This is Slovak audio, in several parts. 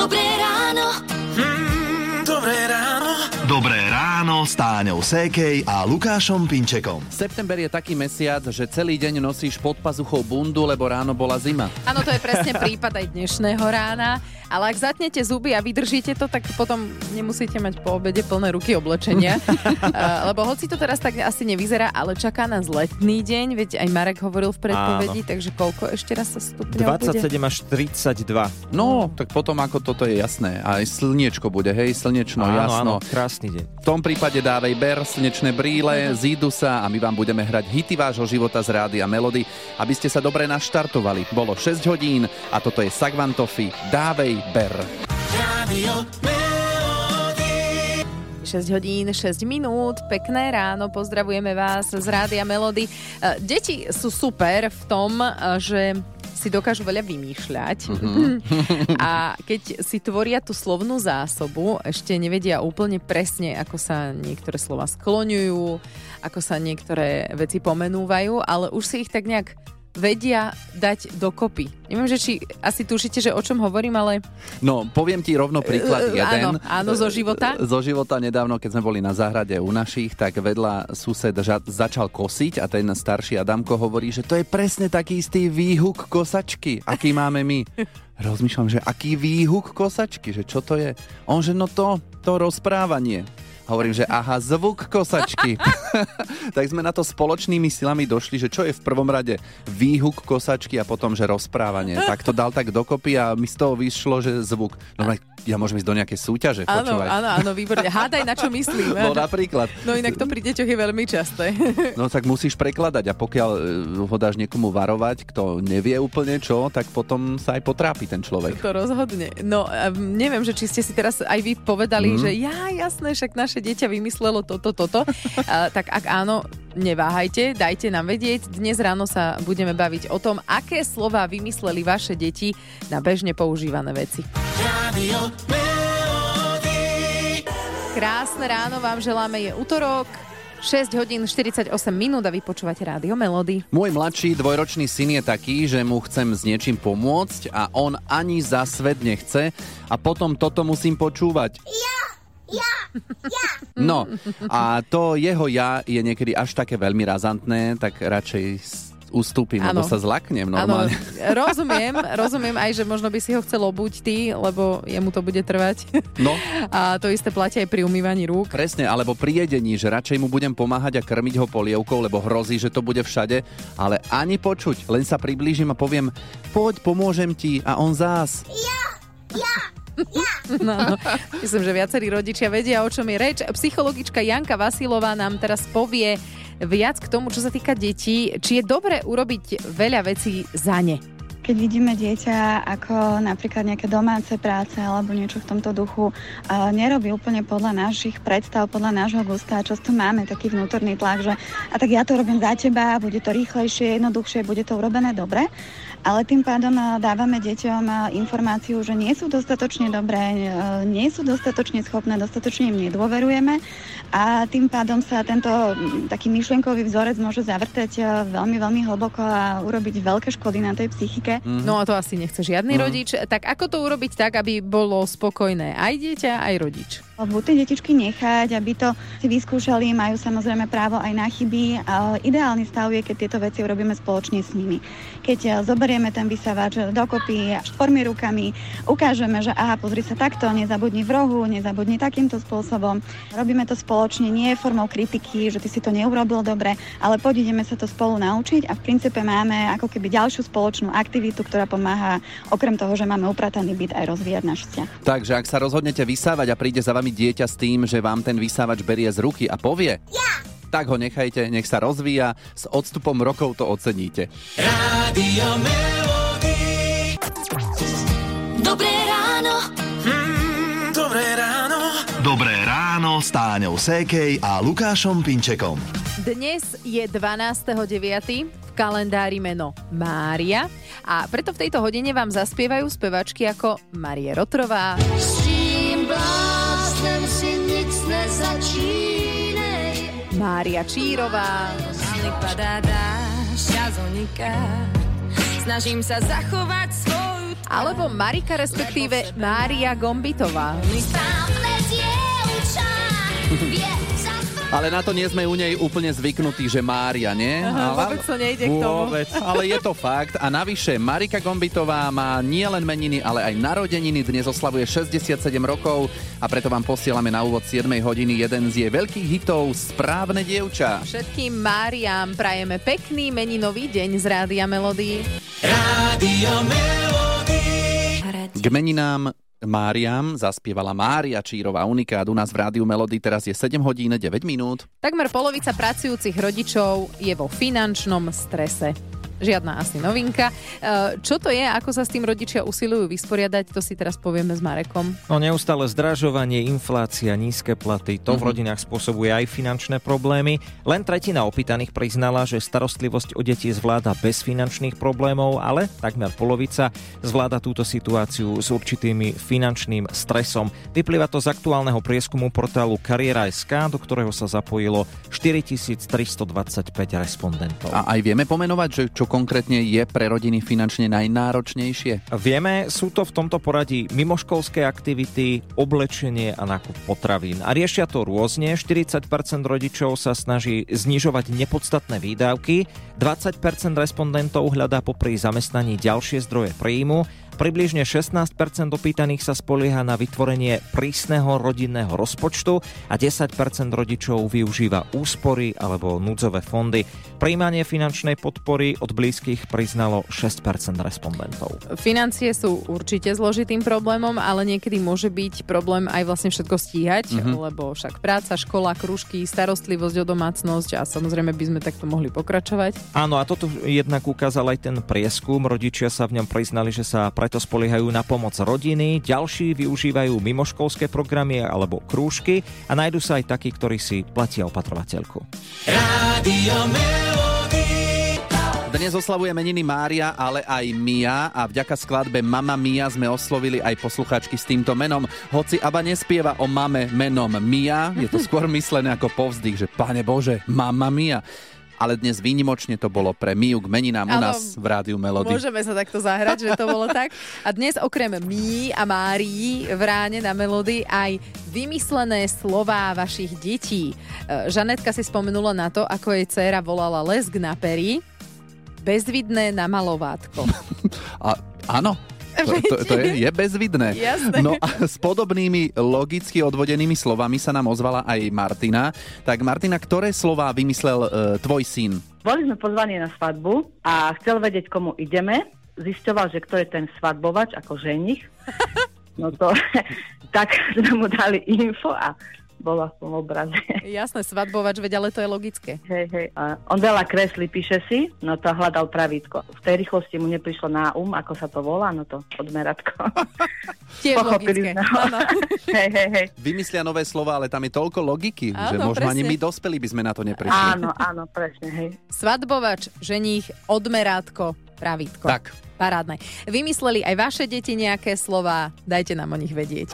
Dobré ráno. Dobré ráno. Dobré ráno s Táňou Sékej a Lukášom Pinčekom. September je taký mesiac, že celý deň nosíš pod pazuchou bundu, lebo ráno bola zima. Áno, to je presne prípad aj dnešného rána. Ale ak zatnete zuby a vydržíte to, tak potom nemusíte mať po obede plné ruky oblečenia. Lebo hoci to teraz tak asi nevyzerá, ale čaká nás letný deň, veď aj Marek hovoril v predpovedi, takže koľko ešte raz sa stupňov 27 bude? až 32. No, tak potom ako toto je jasné. Aj slniečko bude, hej, slnečno, jasno. Áno, krásny deň. V tom prípade dávej ber, slnečné brýle, zídu sa a my vám budeme hrať hity vášho života z Rádia Melody, aby ste sa dobre naštartovali. Bolo 6 hodín a toto je Sagvantofi, dávej ber. Rádio Melody. 6 hodín, 6 minút, pekné ráno, pozdravujeme vás z Rádia Melody. Deti sú super v tom, že si dokážu veľa vymýšľať a keď si tvoria tú slovnú zásobu, ešte nevedia úplne presne, ako sa niektoré slova skloňujú, ako sa niektoré veci pomenúvajú, ale už si ich tak nejak vedia dať dokopy. Neviem, že či asi tušíte, že o čom hovorím, ale... No, poviem ti rovno príklad jeden. Áno, zo života. Zo života nedávno, keď sme boli na záhrade u našich, tak vedľa sused začal kosiť a ten starší Adamko hovorí, že to je presne taký istý výhuk kosačky, aký máme my. Rozmýšľam, že aký výhuk kosačky, že čo to je? On, že no to rozprávanie. Hovorím, že aha, zvuk kosačky. Tak sme na to spoločnými silami došli, že čo je v prvom rade výhuk kosačky a potom, že rozprávanie. Tak to dal tak dokopy a mi z toho vyšlo, že zvuk. No ja môžem ísť do nejakej súťaže, počúvaj. Áno, výborne. Hádaj, na čo myslím. No napríklad. No inak to pri deťoch je veľmi časté. No tak musíš prekladať a pokiaľ ho dáš niekomu varovať, kto nevie úplne čo, tak potom sa aj potrápi ten človek. To rozhodne. No neviem, že či ste si teraz aj vy povedali, že jasné, však naše dieťa vymyslelo toto. Tak ak áno, neváhajte, dajte nám vedieť. Dnes ráno sa budeme baviť o tom, aké slová vymysleli vaše deti na bežne používané veci. Rádio Melody. Krásne ráno vám želáme, je utorok. 6 hodín 48 minút a vy počúvate Rádio Melody. Môj mladší dvojročný syn je taký, že mu chcem s niečím pomôcť a on ani za svet nechce a potom toto musím počúvať. Ja. No, a to jeho ja je niekedy až také veľmi razantné, tak radšej ustúpim, lebo sa zlaknem normálne. Áno, rozumiem aj, že možno by si ho chcel obuť ty, lebo jemu to bude trvať. No. A to isté platí aj pri umývaní rúk. Presne, alebo pri jedení, že radšej mu budem pomáhať a krmiť ho polievkou, lebo hrozí, že to bude všade, ale ani počuť, len sa priblížim a poviem, poď, pomôžem ti a on zás. Ja. No. Myslím, že viacerí rodičia vedia, o čom je reč. Psychologička Janka Vasilová nám teraz povie viac k tomu, čo sa týka detí. Či je dobre urobiť veľa vecí za ne? Keď vidíme dieťa, ako napríklad nejaké domáce práce alebo niečo v tomto duchu nerobí úplne podľa našich predstav, podľa nášho gusta, často máme taký vnútorný tlak, že a tak ja to robím za teba, bude to rýchlejšie, jednoduchšie, bude to urobené dobre. Ale tým pádom dávame deťom informáciu, že nie sú dostatočne dobré, nie sú dostatočne schopné, dostatočne im nedôverujeme a tým pádom sa tento taký myšlienkový vzorec môže zavrtať veľmi, veľmi hlboko a urobiť veľké škody na tej psychike. No a to asi nechce žiadny rodič. Tak ako to urobiť tak, aby bolo spokojné aj dieťa, aj rodič? Buď tie detičky nechať, aby to si vyskúšali, majú samozrejme právo aj na chyby. Ideálny stav je, keď tieto veci urobíme spoločne s nimi. Keď zoberieme ten vysávač dokopy 4 rukami, ukážeme, že aha, pozri sa takto, nezabudni v rohu, nezabudni takýmto spôsobom. Robíme to spoločne, nie formou kritiky, že ty si to neurobil dobre, ale poď ideme sa to spolu naučiť a v princípe máme ako keby ďalšiu spoločnú aktivitu, ktorá pomáha okrem toho, že máme uprataný byt, aj rozvíjať náš vzťah. Takže ak sa rozhodnete vysávať a príde za vami dieťa s tým, že vám ten vysávač berie z ruky a povie tak ho nechajte, nech sa rozvíja, s odstupom rokov to oceníte. Rádio Melody. Dobré ráno. Dobré ráno. Dobré ráno s Táňou Sékej a Lukášom Pinčekom. Dnes je 12.9. v kalendári meno Mária a preto v tejto hodine vám zaspievajú spevačky ako Marie Rotrová, S tím bláznem si nic nezačínej. Mária Čírová, Ale padá dážď, čas uniká. Snažím sa zachovať svoju tvár. Alebo Marika, respektíve Mária Gombitová. Správne dievča, vie sa Ale na to nie sme u nej úplne zvyknutí, že Mária, nie? Vôbec to nejde k tomu. Vôbec, ale je to fakt. A navyše, Marika Gombitová má nielen meniny, ale aj narodeniny. Dnes oslavuje 67 rokov a preto vám posielame na úvod 7 hodiny jeden z jej veľkých hitov Správne dievča. Všetkým Máriám prajeme pekný meninový deň z Rádia Melody. Rádio Melody. K meninám Máriam zaspievala Mária Čírová, unikát u nás v Rádiu Melody. Teraz je 7 hodín 9 minút. Takmer polovica pracujúcich rodičov je vo finančnom strese. Žiadna asi novinka. Čo to je, ako sa s tým rodičia usilujú vysporiadať, to si teraz povieme s Marekom. No neustále zdražovanie, inflácia, nízke platy, to v rodinách spôsobuje aj finančné problémy. Len tretina opýtaných priznala, že starostlivosť o deti zvláda bez finančných problémov, ale takmer polovica zvláda túto situáciu s určitými finančným stresom. Vyplýva to z aktuálneho prieskumu portálu Kariera.sk, do ktorého sa zapojilo 4325 respondentov. A aj vieme pomenovať, že čo konkrétne je pre rodiny finančne najnáročnejšie? Vieme, sú to v tomto poradí mimoškolské aktivity, oblečenie a nákup potravín. A riešia to rôzne. 40% rodičov sa snaží znižovať nepodstatné výdavky, 20% respondentov hľadá popri zamestnaní ďalšie zdroje príjmu, približne 16% opýtaných sa spolieha na vytvorenie prísneho rodinného rozpočtu a 10% rodičov využíva úspory alebo núdzové fondy. Prijímanie finančnej podpory od blízkych priznalo 6% respondentov. Financie sú určite zložitým problémom, ale niekedy môže byť problém aj vlastne všetko stíhať, lebo však práca, škola, krúžky, starostlivosť o domácnosť a samozrejme by sme takto mohli pokračovať. Áno, a toto jednak ukázal aj ten prieskum. Rodičia sa v ňom priznali, že sa preto spoliehajú na pomoc rodiny, ďalší využívajú mimoškolské programy alebo krúžky a nájdu sa aj takí, ktorí si platia opatrovateľku. Rádio Melody. Dnes oslavuje meniny Mária, ale aj Mia a vďaka skladbe Mamma Mia sme oslovili aj poslucháčky s týmto menom. Hoci ABBA nespieva o mame menom Mia, je to skôr myslené ako povzdych, že Pane Bože, Mamma Mia. Ale dnes výnimočne to bolo pre Miu k meninám u nás v Rádiu Melody. Môžeme sa takto zahrať, že to bolo tak. A dnes okrem Mí a Márii v ráne na Melody aj vymyslené slová vašich detí. Žanetka si spomenula na to, ako jej dcéra volala lesk na pery, bezvidné na malovátko. Áno. To je bezvidné. Jasné. No a s podobnými logicky odvodenými slovami sa nám ozvala aj Martina. Tak Martina, ktoré slová vymyslel tvoj syn? Boli sme pozvaní na svadbu a chcel vedieť, komu ideme. Zisťoval, že kto je ten svadbovač ako ženich. No to tak sme mu dali info a bola som v obraze. Jasné, svadbovač, veď ale to je logické. Hej. A on veľa kreslí, píše si, no to hľadal pravítko. V tej rýchlosti mu neprišlo na ako sa to volá, no to odmeratko. Tiež logické. Hej. Vymyslia nové slova, ale tam je toľko logiky, že Áno, možno ani presne. my dospelí by sme na to neprišli. Áno, presne, hej. Svadbovač, ženích, odmerátko, pravítko. Tak. Parádne. Vymysleli aj vaše deti nejaké slová? Dajte nám o nich vedieť.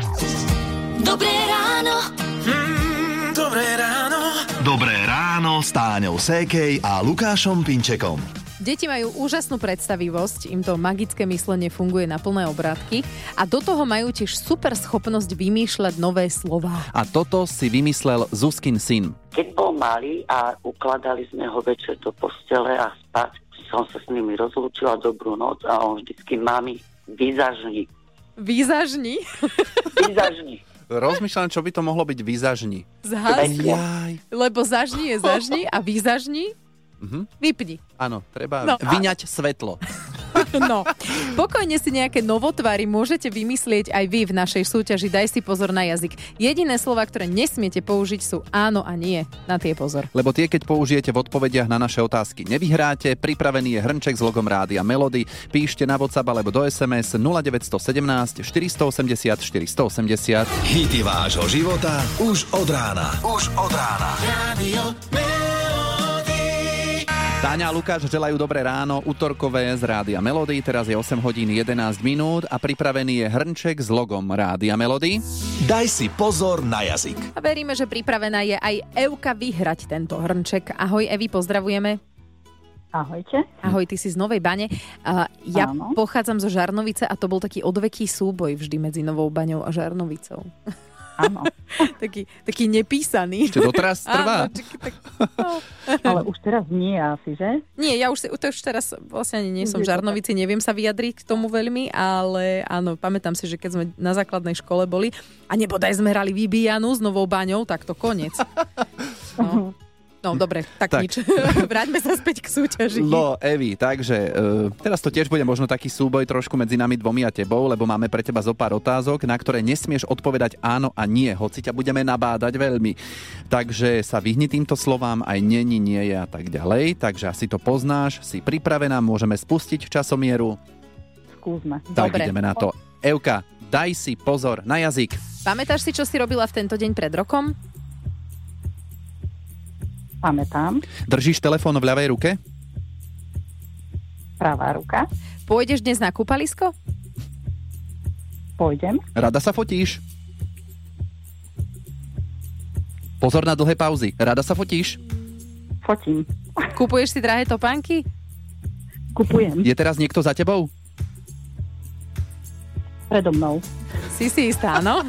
Dobré ráno. Dobré ráno. Dobré ráno s Táňou Sékej a Lukášom Pinčekom. Deti majú úžasnú predstavivosť, im to magické myslenie funguje na plné obrátky a do toho majú tiež super schopnosť vymýšľať nové slová. A toto si vymyslel Zuzkin syn. Keď bol malý a ukladali sme ho večer do postele a spať, som sa s nimi rozlúčila dobrú noc a on vždycky mami, vyzažni. Výzažni? Vyzažni. Rozmýšľam, čo by to mohlo byť vyzažni. Zhasni. Jaj. Lebo zažni je zažni a výzažni vypni. Áno, treba No. vyňať svetlo. No, pokojne si nejaké novotvary môžete vymyslieť aj vy v našej súťaži Daj si pozor na jazyk. Jediné slova, ktoré nesmiete použiť, sú áno a nie. Na tie pozor. Lebo tie, keď použijete v odpovediach na naše otázky, nevyhráte. Pripravený je hrnček s logom Rádia Melody. Píšte na WhatsApp alebo do SMS 0917 480 480. Hity vášho života už od rána. Rádio Melody. Táňa a Lukáš želajú dobré ráno, utorkové z Rádia Melody. Teraz je 8 hodín 11 minút a pripravený je hrnček s logom Rádia Melody. Daj si pozor na jazyk. A veríme, že pripravená je aj Evka vyhrať tento hrnček. Ahoj Evi, pozdravujeme. Ahojte. Ahoj, ty si z Novej Bane. Ja Áno. pochádzam zo Žarnovice a to bol taký odveký súboj vždy medzi Novou Baňou a Žarnovicou. Áno. taký nepísaný. Ešte doteraz trvá. Ale už teraz nie asi, že? Nie, ja už teraz vlastne ani nie som v Žarnovici, neviem sa vyjadriť k tomu veľmi, ale áno, pamätám si, že keď sme na základnej škole boli a nebodaj sme hrali Vybíjanu s Novou Baňou, tak to koniec. No dobre, tak nič. Vráťme sa späť k súťaži. No, Evi, takže teraz to tiež bude možno taký súboj trošku medzi nami dvomi a tebou, lebo máme pre teba zo pár otázok, na ktoré nesmieš odpovedať áno a nie, hoci ťa budeme nabádať veľmi. Takže sa vyhni týmto slovám, aj nie je a tak ďalej. Takže asi to poznáš, si pripravená, môžeme spustiť časomieru. Skúsme. Tak Dobre. ideme na to. Evka, daj si pozor na jazyk. Pamätáš si, čo si robila v tento deň pred rokom? Pamätám. Držíš telefón v ľavej ruke? Pravá ruka. Pôjdeš dnes na kúpalisko? Pôjdem. Rada sa fotíš? Pozor na dlhé pauzy. Rada sa fotíš? Fotím. Kupuješ si drahé topánky? Kupujem. Je teraz niekto za tebou? Predo mnou. Si istá, áno?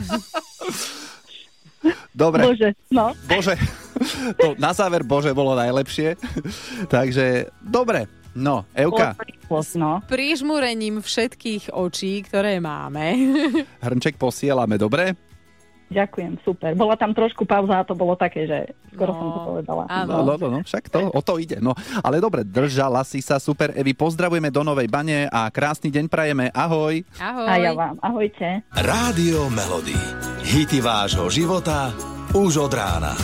Dobre. Bože, no. Bože. To na záver Bože bolo najlepšie. Takže, dobre. No, Evka. Prižmúrením všetkých očí, ktoré máme. Hrnček posielame, dobre? Ďakujem, super. Bola tam trošku pauza a to bolo také, že skoro som to povedala. No, však to, o to ide. No, ale dobre, držala si sa, super. Evi, pozdravujeme do Novej Bane a krásny deň prajeme. Ahoj. Ahoj. A ja vám. Ahojte. Rádio Melody. Hity vášho života už od rána.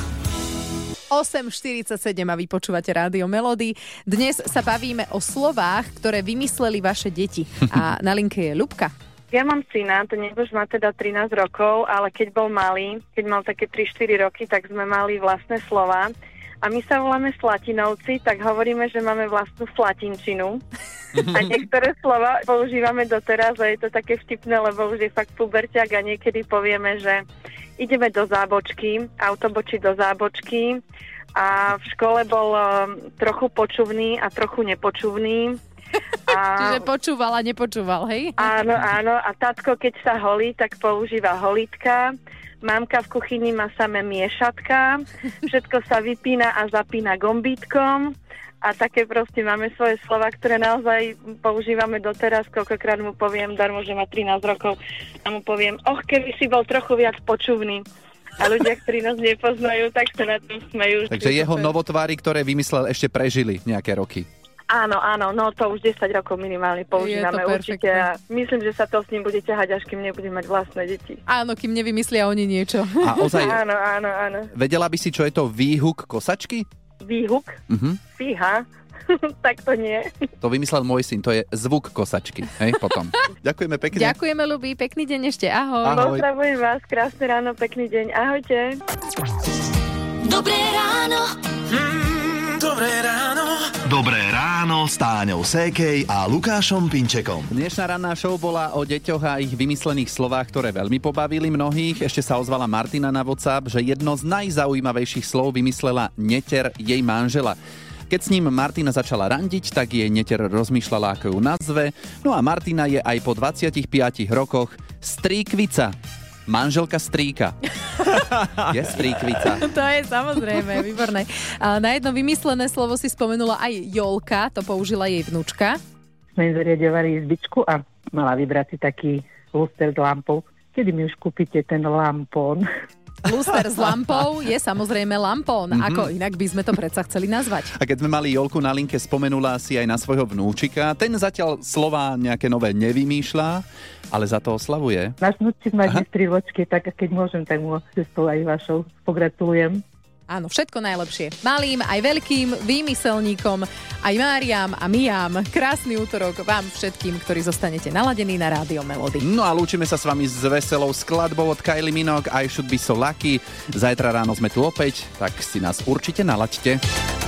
8.47 a vy počúvate Rádio Melody. Dnes sa bavíme o slovách, ktoré vymysleli vaše deti. A na linke je Ľubka. Ja mám syna, ten už má teda 13 rokov, ale keď bol malý, keď mal také 3-4 roky, tak sme mali vlastné slova. A my sa voláme Slatinovci, tak hovoríme, že máme vlastnú slatinčinu. A niektoré slova používame doteraz a je to také vtipné, lebo už je fakt puberťak a niekedy povieme, že ideme do zábočky, autobočí do zábočky a v škole bol trochu počuvný a trochu nepočuvný. Čiže počúval a nepočúval, hej? Áno, a tatko, keď sa holí, tak používa holítka. Mamka v kuchyni má samé miešatka. Všetko sa vypína a zapína gombítkom. A také proste máme svoje slova, ktoré naozaj používame doteraz. Koľkokrát mu poviem, darmo, že má 13 rokov, a mu poviem, keby si bol trochu viac počuvný. A ľudia, ktorí nás nepoznajú, tak sa na tom smejú. Takže jeho novotváry, ktoré vymyslel, ešte prežili nejaké roky. Áno, no to už 10 rokov minimálne používame určite a myslím, že sa to s ním bude ťahať, až kým nebude mať vlastné deti. Áno, kým nevymyslia oni niečo. A ozaj, áno. vedela by si, čo je to výhuk kosačky? Výhuk? Fíha? Tak to nie. To vymyslel môj syn, to je zvuk kosačky. Hej, potom. Ďakujeme pekne. Ďakujeme, Ľubí, pekný deň ešte, ahoj. Pozdravujem vás, krásne ráno, pekný deň, ahojte. Dobré ráno. Dobré ráno. Dobré ráno s Táňou Sékej a Lukášom Pinčekom. Dnešná ranná show bola o deťoch a ich vymyslených slovách, ktoré veľmi pobavili mnohých. Ešte sa ozvala Martina na WhatsApp, že jedno z najzaujímavejších slov vymyslela neter jej manžela. Keď s ním Martina začala randiť, tak jej neter rozmýšľala, ako ju nazve. No a Martina je aj po 25 rokoch stríkvica. Manželka strýka. Je stríkvica. To je samozrejme, výborné. Na jedno vymyslené slovo si spomenula aj Jolka, to použila jej vnúčka. Sme zariadovali izbičku a mala vybrať si taký luster s lampou. Kedy mi už kúpite ten lampón? Luster s lampou je samozrejme lampón. Ako inak by sme to predsa chceli nazvať. A keď sme mali Jolku na linke, spomenula si aj na svojho vnúčika. Ten zatiaľ slová nejaké nové nevymýšľa, ale za to oslavuje. Náš vnúčik má 3 ročky, tak keď môžem, tak mu s tou aj vašou pogratulujem. Áno, všetko najlepšie. Malým aj veľkým výmyselníkom, aj Máriám a Miám. Krásny útorok vám všetkým, ktorí zostanete naladení na Rádio Melody. No a lúčime sa s vami s veselou skladbou od Kylie Minogue I Should Be So Lucky. Zajtra ráno sme tu opäť, tak si nás určite nalaďte.